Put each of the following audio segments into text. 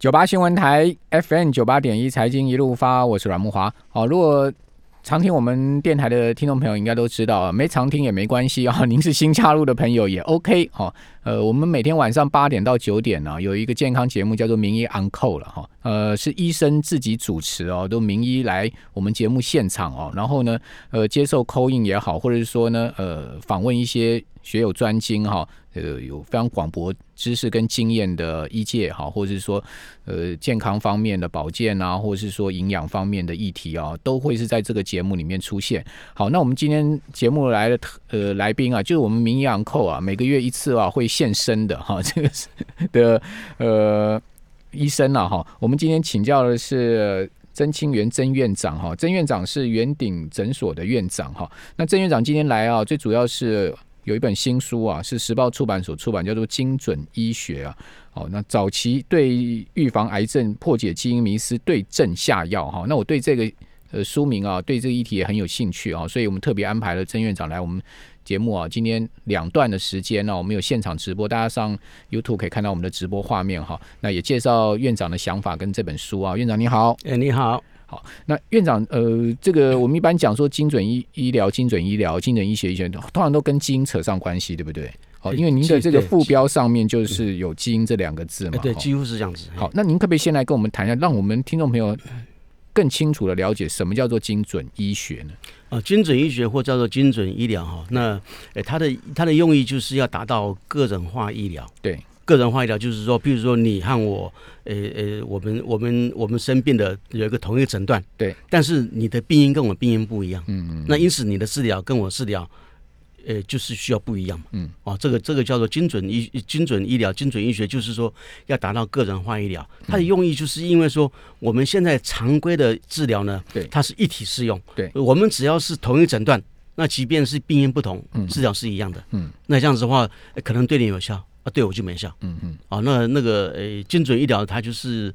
98新闻台 FM 98.1财经一路发，我是阮慕骅。如果常听我们电台的听众朋友应该都知道，没常听也没关系啊。您是新加入的朋友也 OK 我们每天晚上8点到9点呢，有一个健康节目叫做名医 Uncle 了是医生自己主持都名医来我们节目现场然后呢接受 call in 也好，或者是说呢访问一些学有专精有非常广博知识跟经验的医界或者是说健康方面的保健啊，或者是说营养方面的议题都会是在这个节目里面出现。好，那我们今天节目来的来宾就是我们名医Uncle每个月一次会现身的这个是的医生我们今天请教的是曾清源曾院长曾院长是元鼎诊所的院长那曾院长今天来最主要是有一本新书是时报出版所出版，叫做《精准医学》那早期对预防癌症、破解基因迷思、对症下药那我对这个书名对这个议题也很有兴趣所以我们特别安排了曾院长来我们节目今天2段的时间我们有现场直播，大家上 YouTube 可以看到我们的直播画面那也介绍院长的想法跟这本书院长你好。 你好。 好，那院长，这个我们一般讲说精准医疗、精准医疗、精准医学，通常都跟基因扯上关系，对不对？因为您的这个副标上面就是有基因这2个字嘛。 对，几乎是这样子。 好，那您可不可以先来跟我们谈一下，让我们听众朋友更清楚的了解什么叫做精准医学呢？ 精准医学或叫做精准医疗那它的用意就是要达到个人化医疗。 对。 个人化医疗就是说，譬如说你和我，我们生病的有一个同一个诊断， 对， 但是你的病因跟我病因不一样，那因此你的治疗跟我治疗，就是需要不一样嘛，这个叫做精准医疗、精准医学，就是说要达到个人化医疗。它的用意就是因为说，我们现在常规的治疗呢，它是一体适用， 对， 我们只要是同一诊断，那即便是病因不同，治疗是一样的，那这样子的话，可能对你有效。对我就没效。那个精准医疗，它就是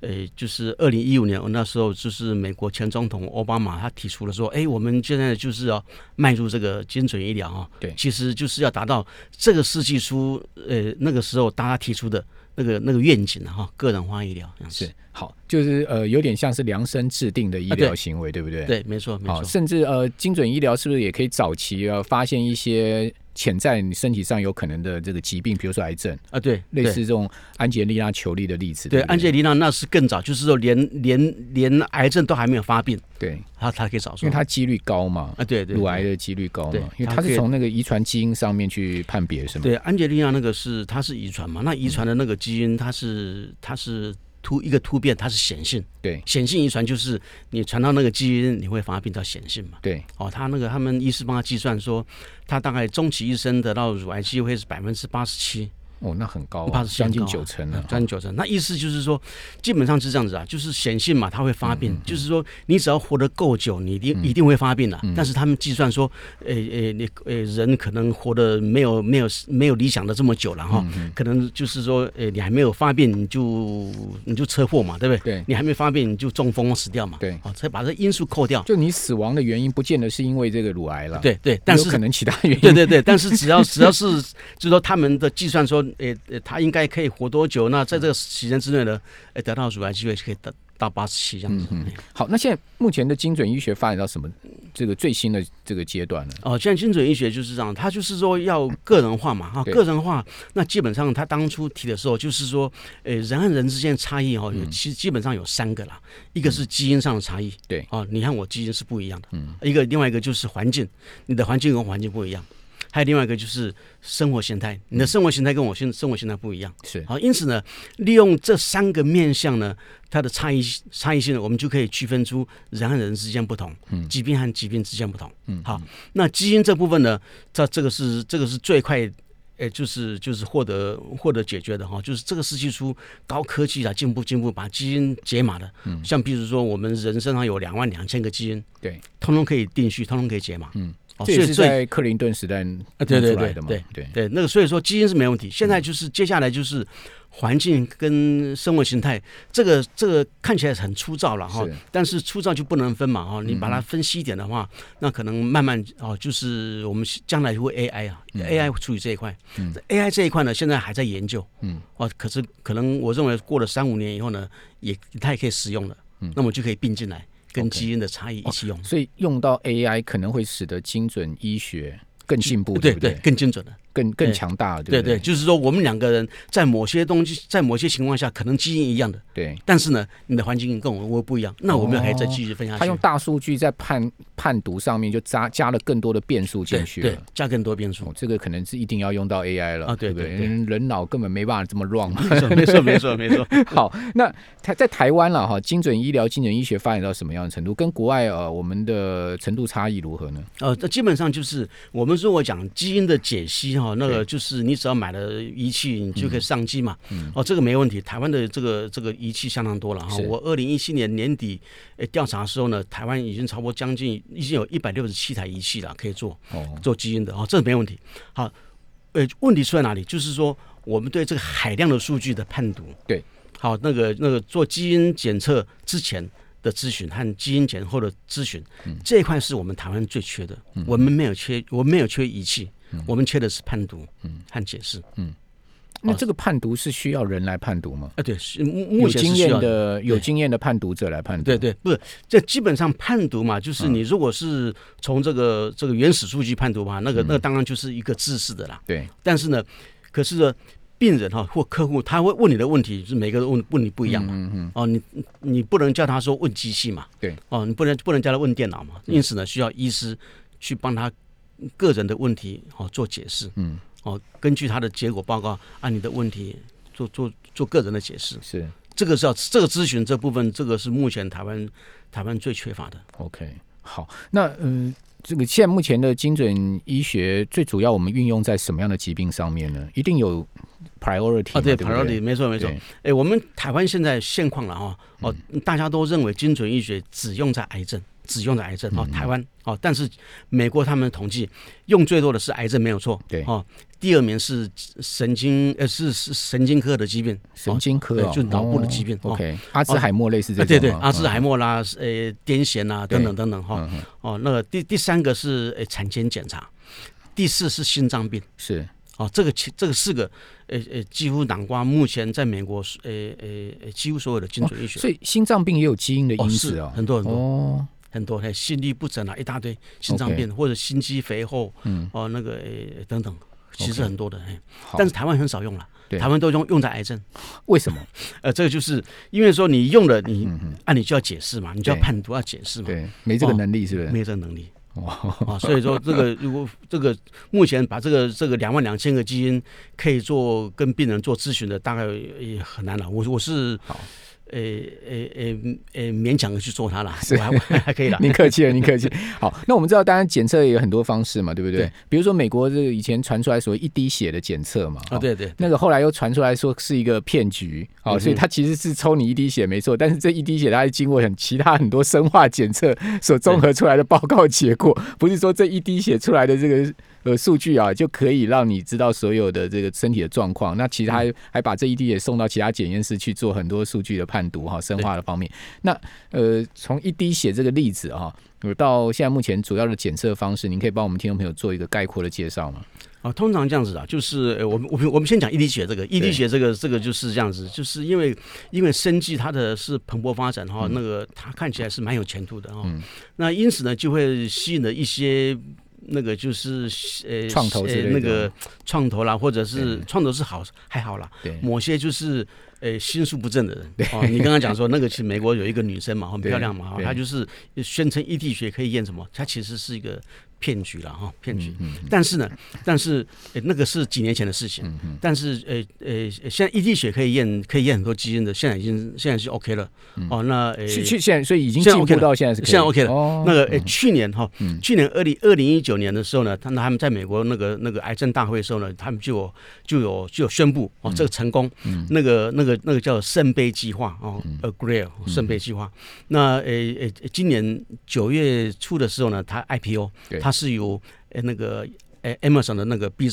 2015年，那时候就是美国前总统奥巴马他提出了说，我们现在就是要迈入这个精准医疗对， 其实就是要达到这个世纪初那个时候大家提出的那个愿景个人化医疗是好，就是有点像是量身制定的医疗行为，对不对？ 对，没错。 甚至精准医疗是不是也可以早期发现一些潜在你身体上有可能的这个疾病，比如说癌症对， 类似这种安吉丽娜·裘丽的例子。 对，安吉丽娜那是更早，就是说连癌症都还没有发病， 对， 他可以早说， 因为它几率高嘛， 对， 乳癌的几率高嘛，因为它是从那个遗传基因上面去判别，是吗？ 对，安吉丽娜那个它是遗传嘛，那遗传的那个基因它是一个突变，它是显性， 对， 显性遗传就是你传到那个基因，你会发病叫显性嘛， 对， 他们医师帮他计算说，他大概终其一生得到乳癌机会是87%。 那很高将近90%了， 将近90%。那意思就是说，基本上是这样子就是显性嘛，它会发病，就是说你只要活得够久，你一定会发病但是他们计算说，人可能活得没有理想的这么久了可能就是说，你还没有发病，你就车祸嘛，对不对？ 对， 你还没发病，你就中风死掉嘛， 对， 才把这因素扣掉。 就你死亡的原因，不见得是因为这个乳癌了， 对，但是有可能其他原因， 对，但是只要是，就是说他们的计算说。他应该可以活多久？那在这个时间之内呢，得到乳癌机会可以到87这样子。 好，那现在目前的精准医学发展到什么这个最新的这个阶段呢？ 现在精准医学就是这样，它就是说要个人化嘛，个人化。那基本上他当初提的时候，就是说，人和人之间的差异其实基本上有3个啦，一个是基因上的差异， 对， 你和我基因是不一样的，另外一个就是环境，你的环境跟我环境不一样。还有另外一个就是生活形态，你的生活形态跟我生活形态不一样， 是好，因此呢，利用这3个面向呢，它的差异性呢，我们就可以区分出人和人之间不同，疾病和疾病之间不同。好，那基因这部分呢，这个是最快，就是获得解决的就是这个世纪初高科技进步把基因解码的，像比如说我们人身上有22000个基因， 对， 通通可以定序，通通可以解码， 这也是在克林顿时代弄出来的嘛， 对，那个所以说基因是没问题。现在就是接下来就是环境跟生活形态，这个看起来很粗糙了哈，但是粗糙就不能分嘛哈，你把它分析一点的话，那可能慢慢就是我们将来会 AI 啊，AI 会处理这一块，AI 这一块呢，现在还在研究，可是可能我认为过了3-5年以后呢，它也可以使用了，那么就可以并进来，跟基因的差异一起用， 所以用到 AI 可能会使得精准医学更进步， 对不对？ 更精准的。 更强大了，对不对？ 对，就是说我们2个人在某些东西，在某些情况下可能基因一样的， 对， 但是呢，你的环境跟我不一样，那我们还再继续分下去。 他用大数据在判读上面就加了更多的变数进去了， 对，加更多变数， 这个可能是一定要用到 AI 了啊，对不对？人脑根本没办法这么乱嘛， 没错。 好，那在台湾了哈，精准医疗、精准医学发展到什么样的程度？跟国外我们的程度差异如何呢？ 基本上就是我们如果讲基因的解析哈，那个就是你只要买了仪器，你就可以上机嘛。这个没问题。台湾的这个仪器相当多了哈。我2017年年底调查的时候呢，台湾已经超过已经有167台仪器了，可以做基因的这没问题。好，问题出在哪里？就是说我们对这个海量的数据的判读， 对， 好，那个做基因检测之前的咨询和基因检后的咨询，这一块是我们台湾最缺的。我们没有缺仪器。我们缺的是判读和解释。 那这个判读是需要人来判读吗？ 对，目前是需要有经验的判读者来判读。 对，不是，这基本上判读嘛，就是你如果是从这个原始数据判读嘛，那个当然就是一个制式的啦。 对， 但是呢，可是呢，病人或客户他会问你的问题，就是每个人问你不一样嘛。你不能叫他说问机器嘛。 对。 你不能叫他问电脑嘛。因此呢，需要医师去帮他个人的问题做解释，根据他的结果报告按你的问题做个人的解释， 是这个咨询这部分，这个是目前台湾最缺乏的。 OK， 好，那这个现在目前的精准医学最主要我们运用在什么样的疾病上面呢？一定有 priority 对 priority， 没错。我们台湾现在现况了大家都认为精准医学只用在癌症。台湾但是美国他们统计用最多的是癌症没有错， 对第2名是神经科的疾病， 神经科就脑部的疾病。 OK， 阿兹海默类似这种， 对，阿兹海默啦，癫痫啊等等那个第3个是产前检查，第4是心脏病， 是这个4个几乎囊括目前在美国几乎所有的精准医学， 所以心脏病也有基因的因子很多心律不整一大堆心脏病或者心肌肥厚，那个等等，其实很多的，但是台湾很少用了，台湾都用在癌症。为什么？这个就是因为说你用了你就要解释嘛，你就要判读要解释嘛， 对，没这个能力是不是？ 没这个能力。所以说如果目前把这个22000个基因可以做跟病人做咨询的，大概也很难了。我是勉强的去做它了，我还可以了。 您客气了。好，那我们知道，当然检测也有很多方式嘛，对不对？比如说美国这个以前传出来所谓1滴血的检测嘛， 对， 那个后来又传出来说是一个骗局，所以它其实是抽你1滴血没错，但是这1滴血它是经过其他很多生化检测所综合出来的报告结果，不是说这1滴血出来的这个数据就可以让你知道所有的这个身体的状况。那其实还把这1滴血送到其他检验室去做很多数据的判读生化的方面。那从1滴血这个例子到现在目前主要的检测方式，您可以帮我们听众朋友做一个概括的介绍吗？ 通常这样子就是我们先讲1滴血这个1滴血这个就是这样子，就是因为生技它的是蓬勃发展那个它看起来是蛮有前途的那因此呢就会吸引了一些那个就是创投之类的那个创投啦，或者是创投是还好啦，某些就是心术不正的人你刚刚讲说那个其实美国有一个女生嘛，很漂亮嘛她就是宣称1滴血可以验什么，她其实是一个骗局了骗局。但是那个是几年前的事情。但是现在1滴血可以验很多基因的，现在是 OK 了。那现在所以已经进步到现在是可以， 现在 OK 了。那个去年2019年的时候呢，他们在美国那个癌症大会的时候呢，他们就有宣布这个成功。那个叫圣杯计划Grail 圣杯计划。那今年9月初的时候呢，它 IPO， 它是由那个Amazon 的那个 Bezos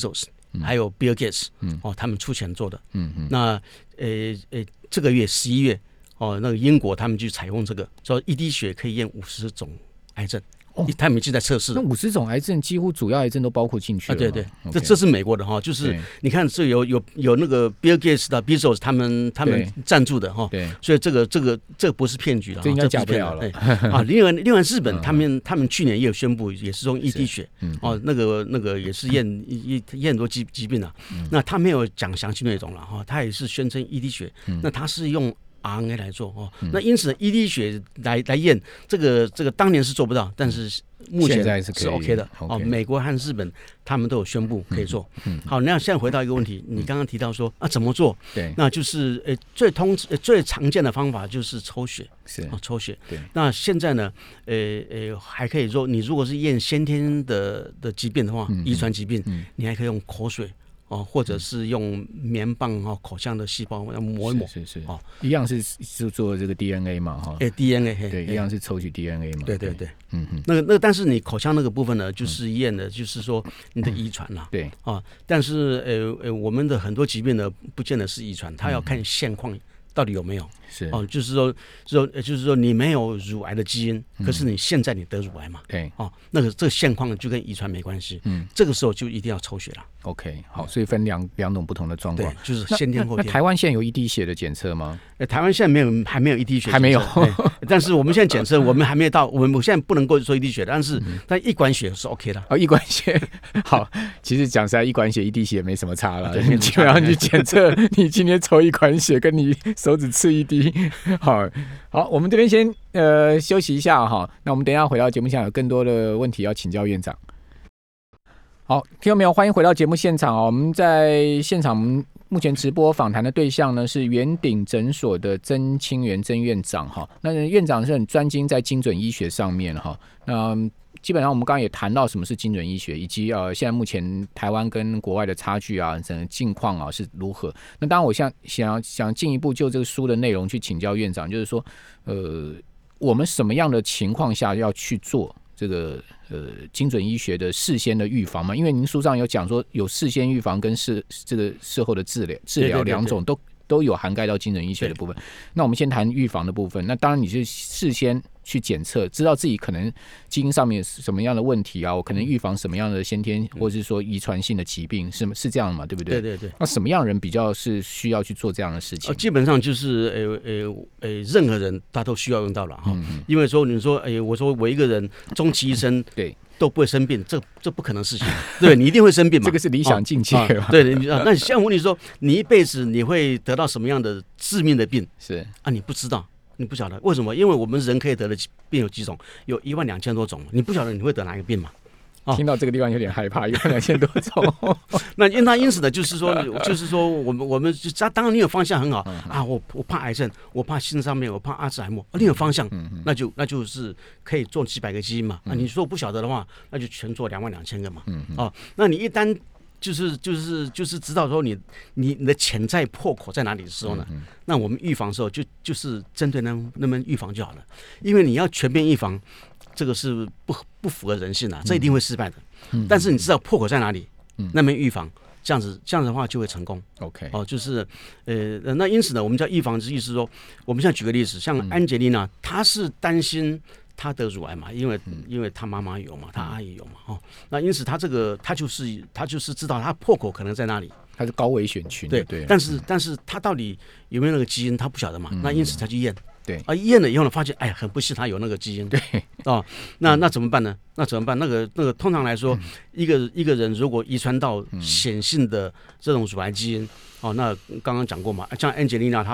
还有 Bill Gates，他们出钱做的。那这个月11月，那个英国他们就采用这个，说一滴血可以验50种癌症。他们已经在测试， 那50种癌症几乎主要癌症都包括进去了。 对，这是美国的哈，就是你看这有那个 Bill Gates 的 Bezos 他们赞助的哈，所以这个不是骗局了， 这应该假不了了。 另外日本他们去年也有宣布，也是用一滴血，那个也是验很多疾病啊，那他没有讲详细内容了哈，他也是宣称一滴血，那他是用RNA 来做那因此一滴血来验这个当年是做不到，但是目前是 OK 的。美国和日本他们都有宣布可以做。好，那现在回到一个问题，你刚刚提到说怎么做？ 对， 那就是最常见的方法就是抽血，抽血。对，那现在呢，还可以说，你如果是验先天的疾病的话，遗传疾病，你还可以用口水。或者是用棉棒口腔的细胞要磨一磨， 是一样是做这个 DNA 嘛 DNA 对，一样是抽取 DNA 嘛， 对，那个但是你口腔那个部分呢，就是验的，就是说你的遗传啦， 对但是我们的很多疾病呢，不见得是遗传，它要看现况到底有没有。就是说你没有乳癌的基因，可是你现在你得乳癌嘛，对，这个现况就跟遗传没关系，这个时候就一定要抽血了。 OK， 好，所以分两种不同的状况， 对，就是先天后天。 那台湾现在有一滴血的检测吗？ 台湾现在还没有一滴血， 还没有。 但是我们现在检测，我们还没有到，我现在不能够说一滴血，但一管血是 OK 的。 一管血好，其实讲实在，一管血一滴血没什么差了。你基本上去检测，你今天抽一管血，跟你手指刺一滴，好，我们这边先休息一下哈。那我们等一下回到节目上，有更多的问题要请教院长。好，听众朋友，欢迎回到节目现场我们在现场，目前直播访谈的对象呢是元鼎诊所的曾清源曾院长哈。那院长是很专精在精准医学上面哈。那基本上我们刚刚也谈到什么是精准医学，以及现在目前台湾跟国外的差距整个境况是如何。那当然我想进一步就这个书的内容去请教院长，就是说我们什么样的情况下要去做这个精准医学的事先的预防嘛？因为您书上有讲说有事先预防跟这个事后的治疗两种都有涵盖到精准医学的部分。那我们先谈预防的部分。那当然你是事先去检测，知道自己可能基因上面有什么样的问题我可能预防什么样的先天或者是说遗传性的疾病，是这样嘛？对不对？对。那什么样的人比较是需要去做这样的事情？ 基本上就是任何人他都需要用到了因为说你说我说我一个人终其一生对都不会生病，这不可能事情，对，你一定会生病嘛， 这个是理想境界嘛， 对，那像我跟你说，你一辈子你会得到什么样的致命的病？是你不知道，你不晓得为什么？因为我们人可以得的病有几种，有12000多种，你不晓得你会得哪一个病嘛？ 听到这个地方有点害怕，12000多种。 那因此呢，就是说我们当然你有方向很好我怕癌症，我怕心脏病，我怕阿兹海默，你有方向，那就是可以做几百个基因嘛。你说我不晓得的话，那就全做22000个嘛。那你一旦就是知道说你的潜在破口在哪里的时候呢，那我们预防的时候就是针对那么预防就好了，因为你要全面预防。这个是不符合人性这一定会失败的。但是你知道破口在哪里，那边预防，这样子的话就会成功。OK， 就是那因此呢，我们叫预防之意是说，我们现在举个例子，像安吉丽娜，她是担心她得乳癌嘛，因为她妈妈有嘛，她阿姨有嘛，那因此她就是知道她破口可能在哪里。 她是高危选群，对， 但是她到底有没有那个基因，她不晓得嘛，那因此她去验。对验了以后呢，发现很不幸他有那个基因。对那怎么办呢？那个通常来说，一个人如果遗传到显性的这种乳癌基因那刚刚讲过嘛，像安吉丽娜她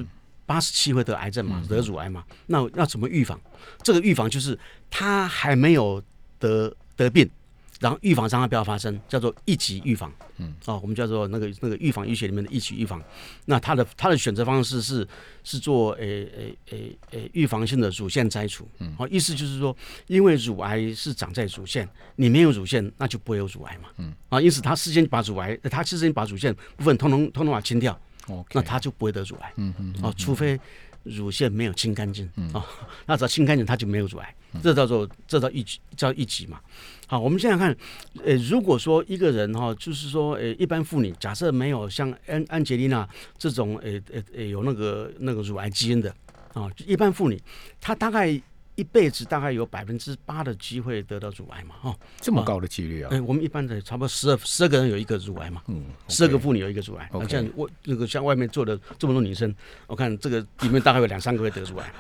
87%会得癌症嘛，得乳癌嘛，那要怎么预防？这个预防就是她还没有得病。然后预防让它不要发生，叫做一级预防。我们叫做那个预防医学里面的一级预防。那它的选择方式是做预防性的乳腺摘除。意思就是说，因为乳癌是长在乳腺，你没有乳腺，那就不会有乳癌嘛。因此他事先把乳腺部分通通把它清掉，那他就不会得乳癌。除非乳腺没有清干净那只要清干净，它就没有乳癌，这叫一级嘛。好，我们现在看，如果说一个人就是说，一般妇女假设没有像安吉丽娜这种，有那个乳癌基因的一般妇女，她大概一辈子大概有8%的机会得到乳癌嘛， 这么高的几率啊！ 我们一般的差不多12个人有一个乳癌嘛，12个妇女有一个乳癌。像外面坐的这么多女生，我看这个里面大概有2-3个会得乳癌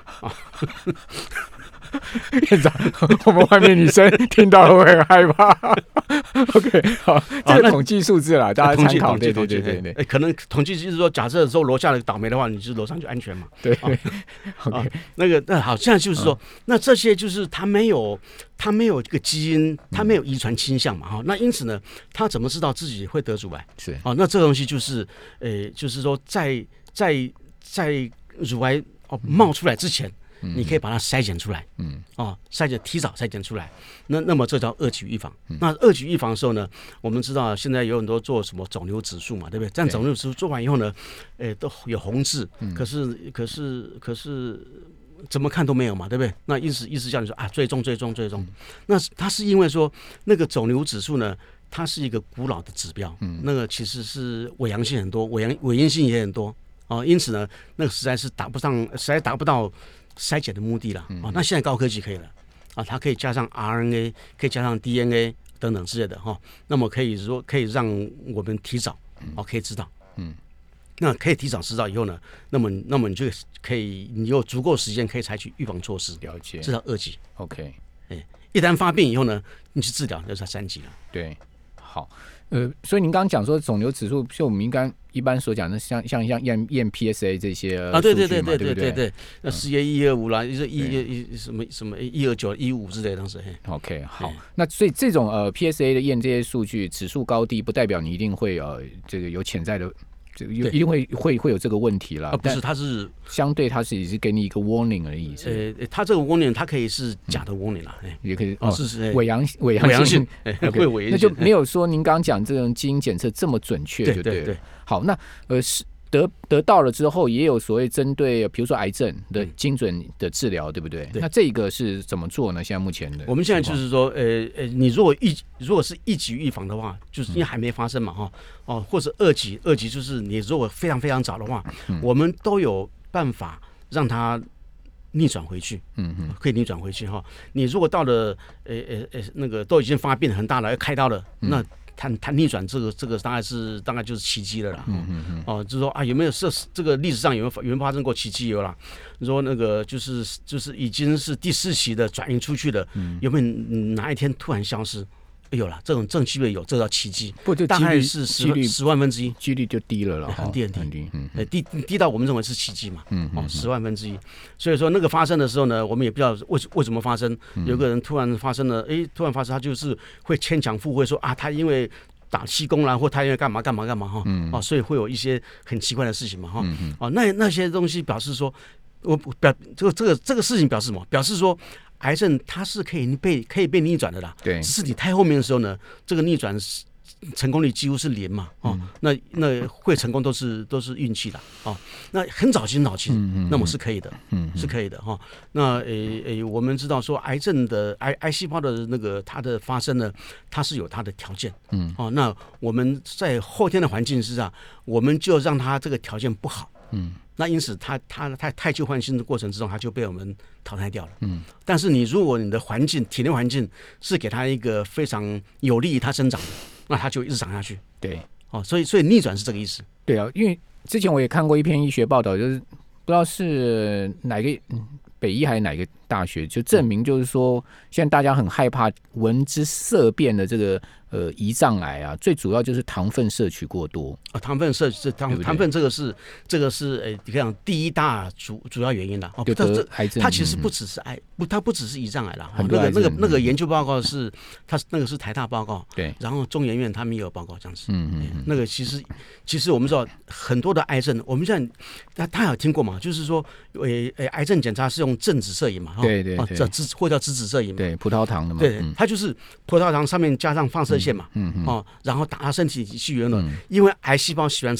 院长，我们外面女生听到了会很害怕。OK， 好，这个统计数字啦，大家参考。对。 可能统计就是说，假设说楼下的倒霉的话，你就楼上就安全嘛。 对，OK， 那好，现在就是说，那这些就是他没有这个基因，他没有遗传倾向嘛，那因此呢，他怎么知道自己会得乳癌？ 是那这个东西就是，就是说在乳癌冒出来之前。你可以把它筛检出来，提早筛检出来，那么这叫二级预防。那二级预防的时候呢，我们知道现在有很多做什么肿瘤指数嘛，对不对？但肿瘤指数做完以后呢，都有红字，可是怎么看都没有嘛，对不对？那意思叫你说最终，那它是因为说那个肿瘤指数呢，它是一个古老的指标，那个其实是伪阳性很多，伪阴性也很多因此呢，那个实在达不到筛检的目的了那现在高科技可以了它可以加上 RNA， 可以加上 DNA 等等之类的那么可以让我们提早可以知道那可以提早知道以后呢，那么你就可以，你有足够时间可以采取预防措施。 了解， 这叫2级。 OK， 一旦发病以后呢，你去治疗就是3级了。 对，好。所以您刚刚讲说肿瘤指数，就我们一般所讲的像验 PSA 这些对，那4A125啦，什么129、125之类的当时。 OK， 好，那所以这种PSA 的验这些数据指数高低，不代表你一定会这个有潜在的。一定会有这个问题啦。 不是，它是相对，它是也是给你一个 warning 而已。 它这个 warning 它可以是假的 warning 啦， 也可以是伪阳性， 会伪阳性， 那就没有说您刚刚讲这种基因检测这么准确，就对了。好，那得到了之后，也有所谓针对比如说癌症的精准的治疗，对不对？那这个是怎么做呢？现在目前的我们现在就是说，你如果是1级预防的话，就是因为还没发生嘛或者2级就是你如果非常非常早的话，我们都有办法让它逆转回去，可以逆转回去你如果到了那个都已经发病很大了，要开刀了，那它逆转这个大概就是奇迹了啦。就是说有没有这个历史上有没有发生过奇迹？有啦。你说那个就是已经是第4期的转移出去了，有没有哪一天突然消失？有了，这种机会有，这叫奇迹。大概是10万分之一， 几率就低了了， 很低，低到我们认为是奇迹嘛。10万分之一。所以说那个发生的时候呢，我们也不知道为什么发生。有个人突然发生了，他就是会牵强附会说他因为打气功啦，或他因为干嘛所以会有一些很奇怪的事情嘛那些东西表示说，这个事情表示什么？表示说。癌症它是可以被逆转的啦， 对， 只是你太后面的时候呢，这个逆转成功率几乎是0嘛，那会成功都是运气啦，那很早期，那么是可以的，是可以的那我们知道说癌症的癌细胞的那个它的发生呢，它是有它的条件，那我们在后天的环境之下，我们就让它这个条件不好，那因此它太旧换新的过程之中，它就被我们淘汰掉了。但是如果你的体内环境是给它一个非常有利于它生长的，那它就一直长下去。 对， 所以逆转是这个意思。 对啊，因为之前我也看过一篇医学报道，就是不知道是哪个北医还是哪个大学，就证明就是说，现在大家很害怕闻之色变的这个胰脏癌啊，最主要就是糖分摄取过多。糖分摄取糖分这个是你看第一大主要原因啦。它其实不只是癌，它不只是胰脏癌啦。那个研究报告是它那个是台大报告， 对， 然后中研院他们也有报告这样子。那个其实我们知道很多的癌症，我们现在他有听过嘛？就是说癌症检查是用正子摄影嘛， 对， 或叫质子摄影嘛， 对，葡萄糖的嘛， 对，它就是葡萄糖上面加上放射线嘛，然后打到身体去原了，因为癌细胞喜欢吃糖，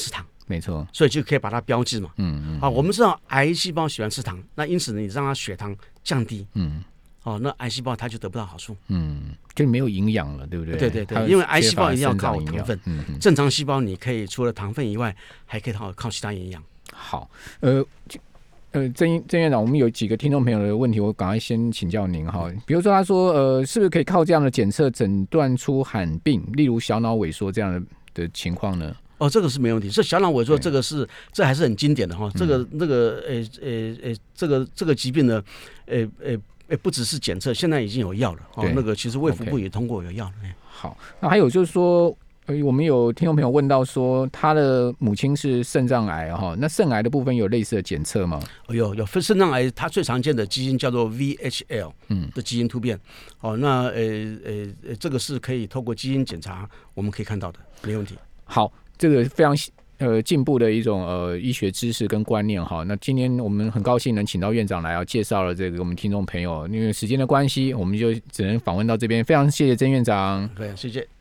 没错， 所以就可以把它标记嘛。我们知道癌细胞喜欢吃糖，那因此你让它血糖降低，那癌细胞它就得不到好处， 就没有营养了，对不对？ 对，因为癌细胞一定要靠糖分，正常细胞你可以除了糖分以外，还可以靠其他营养。 好，郑院长，我们有几个听众朋友的问题，我赶快先请教您哈。比如说，他说，是不是可以靠这样的检测诊断出罕病，例如小脑萎缩这样的情况呢？ 这个是没问题。这小脑萎缩，这还是很经典的哈。这个疾病呢，不只是检测，现在已经有药了。那个其实卫福部也通过有药了。 好，那还有就是说。我们有听众朋友问到说，他的母亲是肾脏癌哈，那肾癌的部分有类似的检测吗？ 有肾脏癌，它最常见的基因叫做 VHL 的基因突变。那这个是可以透过基因检查我们可以看到的，没问题。 好，这个非常进步的一种医学知识跟观念哈。那今天我们很高兴能请到院长来介绍了这个我们听众朋友，因为时间的关系，我们就只能访问到这边。非常谢谢曾院长， 对，谢谢。